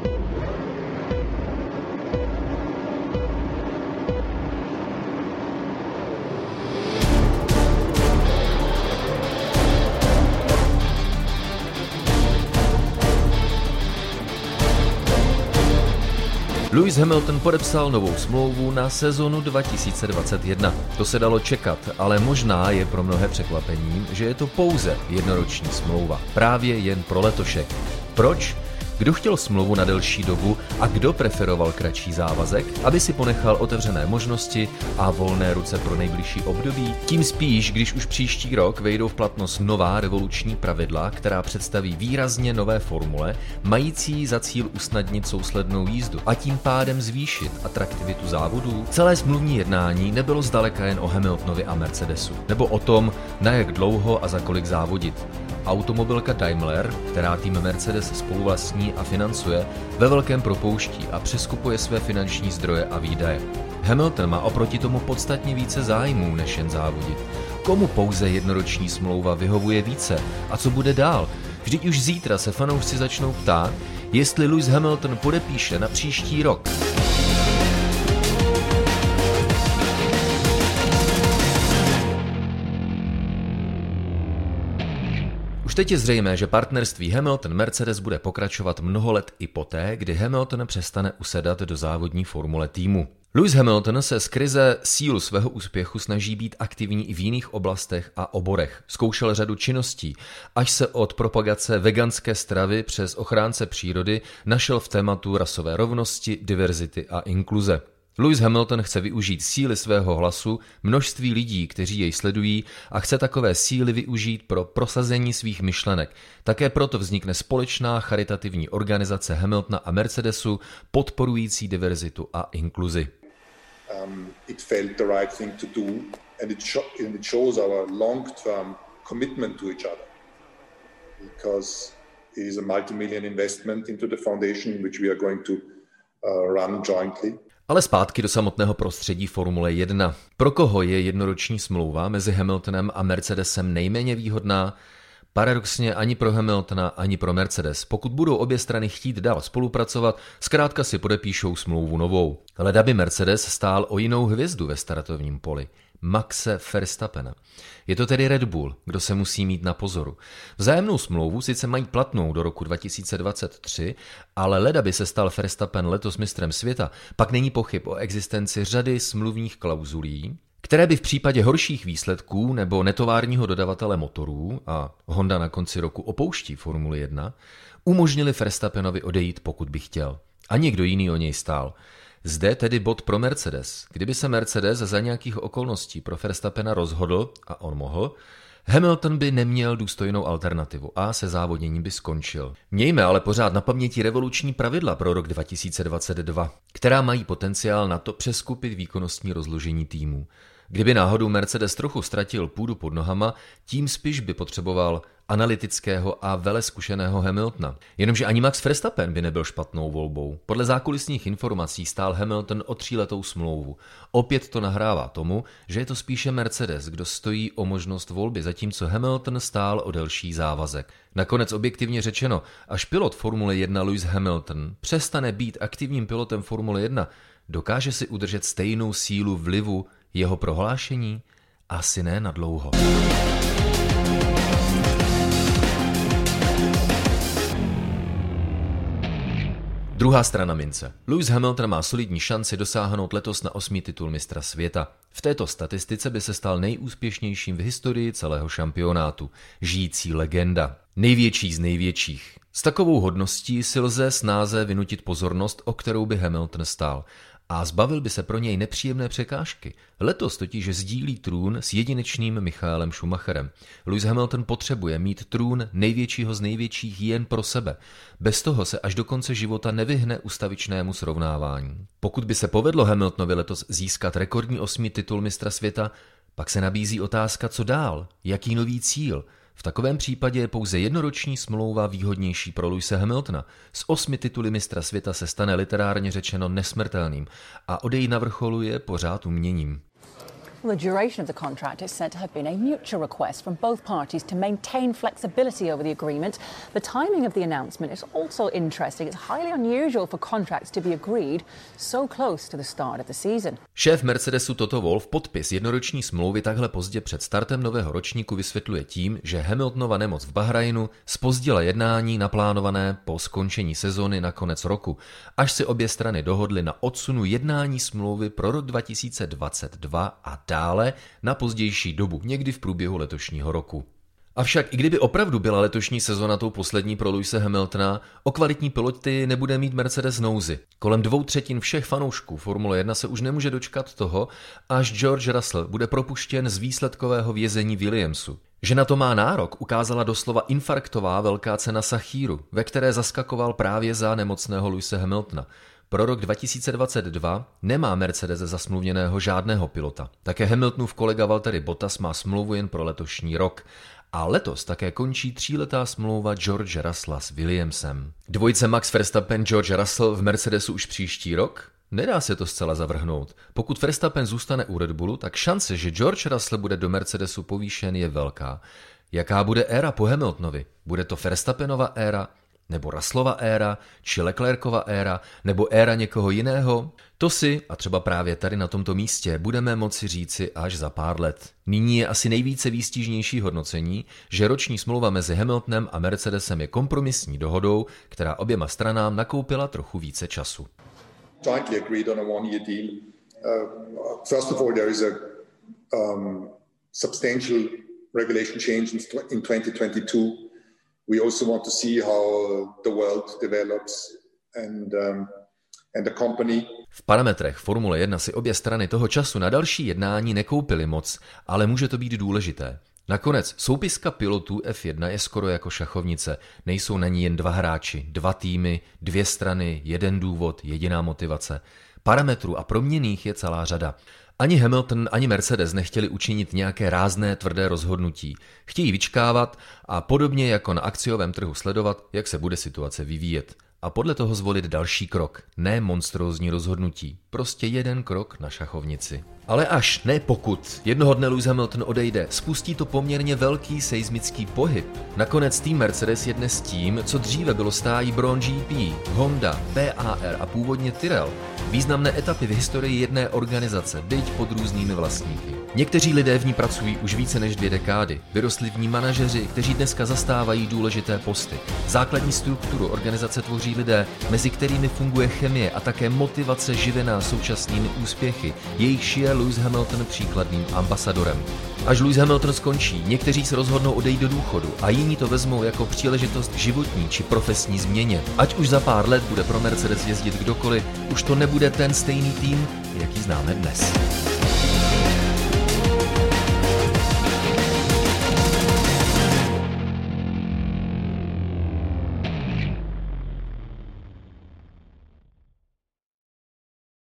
Lewis Hamilton podepsal novou smlouvu na sezonu 2021. To se dalo čekat, ale možná je pro mnohé překvapením, že je to pouze jednoroční smlouva. Právě jen pro letošek. Proč? Kdo chtěl smlouvu na delší dobu a kdo preferoval kratší závazek, aby si ponechal otevřené možnosti a volné ruce pro nejbližší období? Tím spíš, když už příští rok vejdou v platnost nová revoluční pravidla, která představí výrazně nové formule, mající za cíl usnadnit souslednou jízdu a tím pádem zvýšit atraktivitu závodů. Celé smluvní jednání nebylo zdaleka jen o Hamiltonovi a Mercedesu, nebo o tom, na jak dlouho a za kolik závodit. Automobilka Daimler, která tým Mercedes spoluvlastní a financuje, ve velkém propouští a přeskupuje své finanční zdroje a výdaje. Hamilton má oproti tomu podstatně více zájmů než jen závodit. Komu pouze jednoroční smlouva vyhovuje více a co bude dál? Vždyť už zítra se fanoušci začnou ptát, jestli Lewis Hamilton podepíše na příští rok. Už teď je zřejmé, že partnerství Hamilton-Mercedes bude pokračovat mnoho let i poté, kdy Hamilton přestane usedat do závodní formule týmu. Lewis Hamilton se z krize sílu svého úspěchu snaží být aktivní i v jiných oblastech a oborech. Zkoušel řadu činností, až se od propagace veganské stravy přes ochránce přírody našel v tématu rasové rovnosti, diverzity a inkluze. Lewis Hamilton chce využít síly svého hlasu, množství lidí, kteří jej sledují, a chce takové síly využít pro prosazení svých myšlenek. Také proto vznikne společná charitativní organizace Hamiltona a Mercedesu podporující diverzitu a inkluzi. It felt the right thing to do and it shows our long-term commitment to each other. Because it is a multi-million investment into the foundation which we are going to run jointly. Ale zpátky do samotného prostředí Formule 1. Pro koho je jednoroční smlouva mezi Hamiltonem a Mercedesem nejméně výhodná? Paradoxně ani pro Hamiltona, ani pro Mercedes. Pokud budou obě strany chtít dál spolupracovat, zkrátka si podepíšou smlouvu novou. Leda by Mercedes stál o jinou hvězdu ve startovním poli. Maxe Verstappena. Je to tedy Red Bull, kdo se musí mít na pozoru. Vzájemnou smlouvu sice mají platnou do roku 2023, ale leda by se stal Verstappen letos mistrem světa, pak není pochyb o existenci řady smluvních klauzulí, které by v případě horších výsledků nebo netovárního dodavatele motorů, a Honda na konci roku opouští Formuli 1, umožnili Verstappenovi odejít, pokud by chtěl. A někdo jiný o něj stál. Zde tedy bod pro Mercedes. Kdyby se Mercedes za nějakých okolností pro Verstappena rozhodl, a on mohl, Hamilton by neměl důstojnou alternativu a se závoděním by skončil. Mějme ale pořád na paměti revoluční pravidla pro rok 2022, která mají potenciál na to přeskupit výkonnostní rozložení týmu. Kdyby náhodou Mercedes trochu ztratil půdu pod nohama, tím spíš by potřeboval analytického a velezkušeného Hamiltona. Jenomže ani Max Verstappen by nebyl špatnou volbou. Podle zákulisních informací stál Hamilton o 3letou smlouvu. Opět to nahrává tomu, že je to spíše Mercedes, kdo stojí o možnost volby, zatímco Hamilton stál o delší závazek. Nakonec objektivně řečeno, až pilot Formule 1 Lewis Hamilton přestane být aktivním pilotem Formule 1, dokáže si udržet stejnou sílu vlivu jeho prohlášení? Asi ne na dlouho. Druhá strana mince. Lewis Hamilton má solidní šanci dosáhnout letos na 8. titul mistra světa. V této statistice by se stal nejúspěšnějším v historii celého šampionátu. Žijící legenda. Největší z největších. S takovou hodností si lze snáze vynutit pozornost, o kterou by Hamilton stál. A zbavil by se pro něj nepříjemné překážky. Letos totiž sdílí trůn s jedinečným Michaelem Schumacherem. Lewis Hamilton potřebuje mít trůn největšího z největších jen pro sebe. Bez toho se až do konce života nevyhne ustavičnému srovnávání. Pokud by se povedlo Hamiltonovi letos získat rekordní 8. titul mistra světa, pak se nabízí otázka, co dál, jaký nový cíl. V takovém případě je pouze jednoroční smlouva výhodnější pro Lewise Hamiltona. S 8 tituly mistra světa se stane literárně řečeno nesmrtelným a odejít na vrcholu je pořád uměním. Well, the duration of the contract is said to have been a mutual request from both parties to maintain flexibility over the agreement. The timing of the announcement is also interesting. It's highly unusual for contracts to be agreed so close to the start of the season. Šéf Mercedesu Toto Wolff podpis jednoroční smlouvy takhle pozdě před startem nového ročníku vysvětluje tím, že Hamiltonova nemoc v Bahrajnu zpozdila jednání naplánované po skončení sezony na konec roku, až se obě strany dohodly na odsunu jednání smlouvy pro rok 2022 a dále na pozdější dobu, někdy v průběhu letošního roku. Avšak i kdyby opravdu byla letošní sezona tou poslední pro Lewise Hamiltona, o kvalitní piloty nebude mít Mercedes nouzi. Kolem 2/3 všech fanoušků Formule 1 se už nemůže dočkat toho, až George Russell bude propuštěn z výsledkového vězení Williamsu. Že na to má nárok, ukázala doslova infarktová velká cena Sachiru, ve které zaskakoval právě za nemocného Lewise Hamiltona. Pro rok 2022 nemá Mercedes zasmluvněného žádného pilota. Také Hamiltonův kolega Valtteri Bottas má smlouvu jen pro letošní rok. A letos také končí 3letá smlouva George Russella s Williamsem. Dvojice Max Verstappen, George Russell v Mercedesu už příští rok? Nedá se to zcela zavrhnout. Pokud Verstappen zůstane u Red Bullu, tak šance, že George Russell bude do Mercedesu povýšen, je velká. Jaká bude éra po Hamiltonovi? Bude to Verstappenova éra? Nebo Russellova éra, či Leclercova éra, nebo éra někoho jiného? To si, a třeba právě tady na tomto místě, budeme moci říci až za pár let. Nyní je asi nejvíce výstižnější hodnocení, že roční smlouva mezi Hamiltonem a Mercedesem je kompromisní dohodou, která oběma stranám nakoupila trochu více času. Jointly agreed on a one-year deal. First of all, there is a substantial regulation change in 2022. We also want to see how the world develops and the company. V parametrech Formule 1 si obě strany toho času na další jednání nekoupily moc, ale může to být důležité. Nakonec soupiska pilotů F1 je skoro jako šachovnice. Nejsou na ní jen dva hráči, dva týmy, dvě strany, jeden důvod, jediná motivace. Parametrů a proměnných je celá řada. Ani Hamilton, ani Mercedes nechtěli učinit nějaké rázné, tvrdé rozhodnutí. Chtějí vyčkávat a podobně jako na akciovém trhu sledovat, jak se bude situace vyvíjet. A podle toho zvolit další krok, ne monstrózní rozhodnutí, prostě jeden krok na šachovnici. Ale až, ne pokud, jednoho dne Lewis Hamilton odejde, spustí to poměrně velký seismický pohyb. Nakonec tým Mercedes je dnes tím, co dříve bylo stájí Braun GP, Honda, PAR a původně Tyrrell. Významné etapy v historii jedné organizace, byť pod různými vlastníky. Někteří lidé v ní pracují už více než 2 dekády. Vyrostli v ní manažeři, kteří dneska zastávají důležité posty. Základní strukturu organizace tvoří lidé, mezi kterými funguje chemie a také motivace živená současnými úspěchy. Jejich je Lewis Hamilton příkladným ambasadorem. Až Lewis Hamilton skončí, někteří se rozhodnou odejít do důchodu a jiní to vezmou jako příležitost k životní či profesní změně. Ať už za pár let bude pro Mercedes jezdit kdokoliv, už to nebude ten stejný tým, jaký známe dnes.